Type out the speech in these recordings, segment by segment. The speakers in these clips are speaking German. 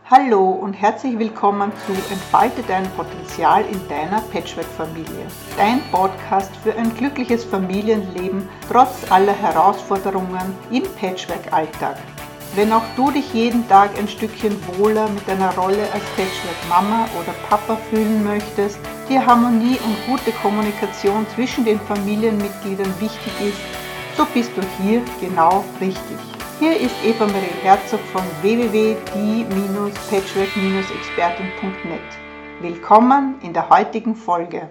Hallo und herzlich willkommen zu Entfalte dein Potenzial in deiner Patchwork-Familie. Dein Podcast für ein glückliches Familienleben trotz aller Herausforderungen im Patchwork-Alltag. Wenn auch du dich jeden Tag ein Stückchen wohler mit deiner Rolle als Patchwork-Mama oder Papa fühlen möchtest, dir Harmonie und gute Kommunikation zwischen den Familienmitgliedern wichtig ist, so bist du hier genau richtig. Hier ist Eva Marie Herzog von www.die-patchwork-expertin.net. Willkommen in der heutigen Folge.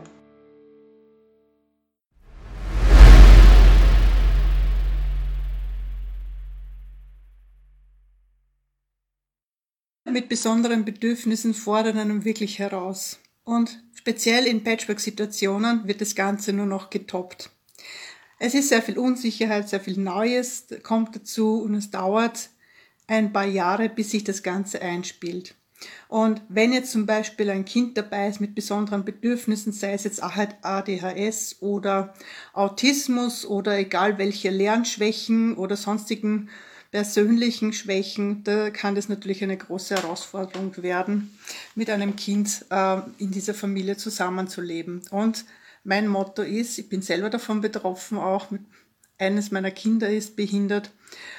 Mit besonderen Bedürfnissen fordern einen wirklich heraus. Und speziell in Patchwork-Situationen wird das Ganze nur noch getoppt. Es ist sehr viel Unsicherheit, sehr viel Neues kommt dazu und es dauert ein paar Jahre, bis sich das Ganze einspielt. Und wenn jetzt zum Beispiel ein Kind dabei ist mit besonderen Bedürfnissen, sei es jetzt ADHS oder Autismus oder egal welche Lernschwächen oder sonstigen persönlichen Schwächen, da kann das natürlich eine große Herausforderung werden, mit einem Kind in dieser Familie zusammenzuleben. Und mein Motto ist, ich bin selber davon betroffen, auch eines meiner Kinder ist behindert,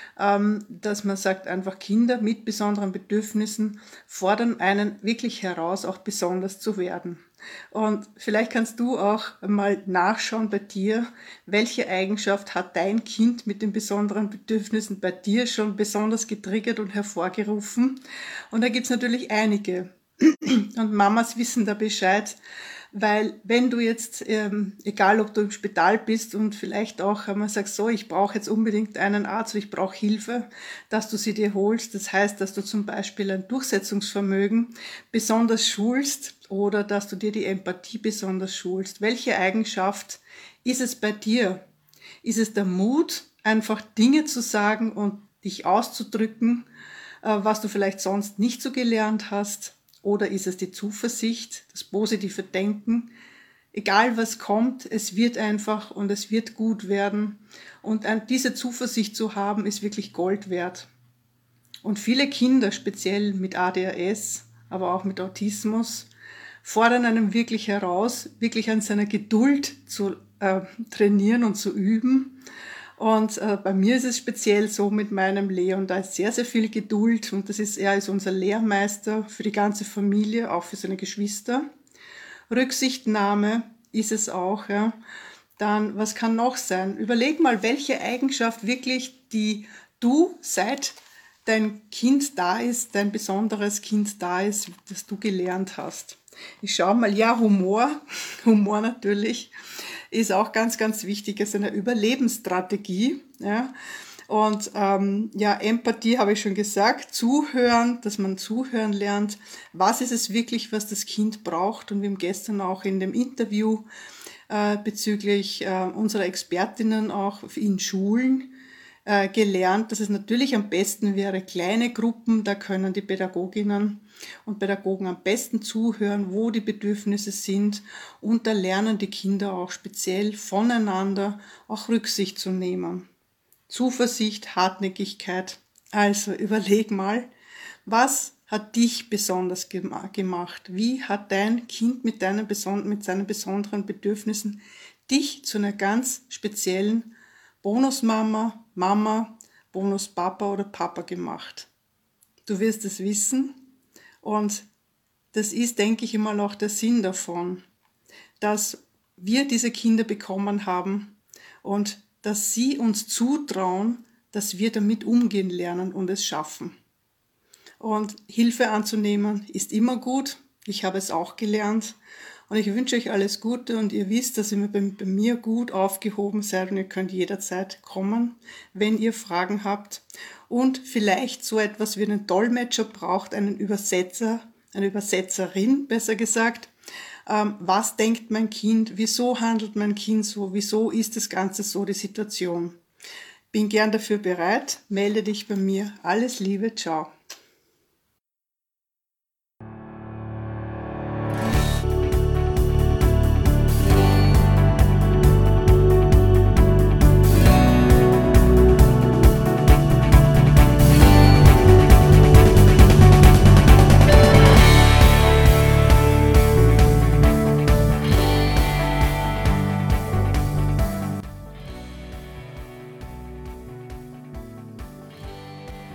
dass man sagt, einfach Kinder mit besonderen Bedürfnissen fordern einen wirklich heraus, auch besonders zu werden. Und vielleicht kannst du auch mal nachschauen bei dir, welche Eigenschaft hat dein Kind mit den besonderen Bedürfnissen bei dir schon besonders getriggert und hervorgerufen. Und da gibt es natürlich einige. Und Mamas wissen da Bescheid, weil wenn du jetzt, egal ob du im Spital bist und vielleicht auch einmal sagst, so, ich brauche jetzt unbedingt einen Arzt, ich brauche Hilfe, dass du sie dir holst. Das heißt, dass du zum Beispiel ein Durchsetzungsvermögen besonders schulst oder dass du dir die Empathie besonders schulst. Welche Eigenschaft ist es bei dir? Ist es der Mut, einfach Dinge zu sagen und dich auszudrücken, was du vielleicht sonst nicht so gelernt hast? Oder ist es die Zuversicht, das positive Denken? Egal was kommt, es wird einfach und es wird gut werden. Und diese Zuversicht zu haben, ist wirklich Gold wert. Und viele Kinder, speziell mit ADHS, aber auch mit Autismus, fordern einen wirklich heraus, wirklich an seiner Geduld zu trainieren und zu üben. Und bei mir ist es speziell so mit meinem Leon, da ist sehr, sehr viel Geduld und er ist unser Lehrmeister für die ganze Familie, auch für seine Geschwister. Rücksichtnahme ist es auch. Ja. Dann, was kann noch sein? Überleg mal, welche Eigenschaft wirklich, die du seit dein Kind da ist, dein besonderes Kind da ist, das du gelernt hast. Ich schaue mal, ja, Humor natürlich, ist auch ganz, ganz wichtig, ist eine Überlebensstrategie. Ja. Und Empathie habe ich schon gesagt, zuhören, dass man zuhören lernt. Was ist es wirklich, was das Kind braucht? Und wir haben gestern auch in dem Interview bezüglich unserer Expertinnen auch in Schulen gelernt, dass es natürlich am besten wäre, kleine Gruppen, da können die Pädagoginnen und Pädagogen am besten zuhören, wo die Bedürfnisse sind und da lernen die Kinder auch speziell voneinander auch Rücksicht zu nehmen. Zuversicht, Hartnäckigkeit. Also überleg mal, was hat dich besonders gemacht? Wie hat dein Kind mit seinen besonderen Bedürfnissen dich zu einer ganz speziellen Bonusmama, Mama, Bonuspapa oder Papa gemacht? Du wirst es wissen und das ist, denke ich, immer noch der Sinn davon, dass wir diese Kinder bekommen haben und dass sie uns zutrauen, dass wir damit umgehen lernen und es schaffen. Und Hilfe anzunehmen ist immer gut. Ich habe es auch gelernt. Und ich wünsche euch alles Gute und ihr wisst, dass ihr bei mir gut aufgehoben seid und ihr könnt jederzeit kommen, wenn ihr Fragen habt. Und vielleicht so etwas wie einen Dolmetscher braucht, einen Übersetzer, eine Übersetzerin, besser gesagt. Was denkt mein Kind? Wieso handelt mein Kind so? Wieso ist das Ganze so, die Situation? Bin gern dafür bereit. Melde dich bei mir. Alles Liebe. Ciao.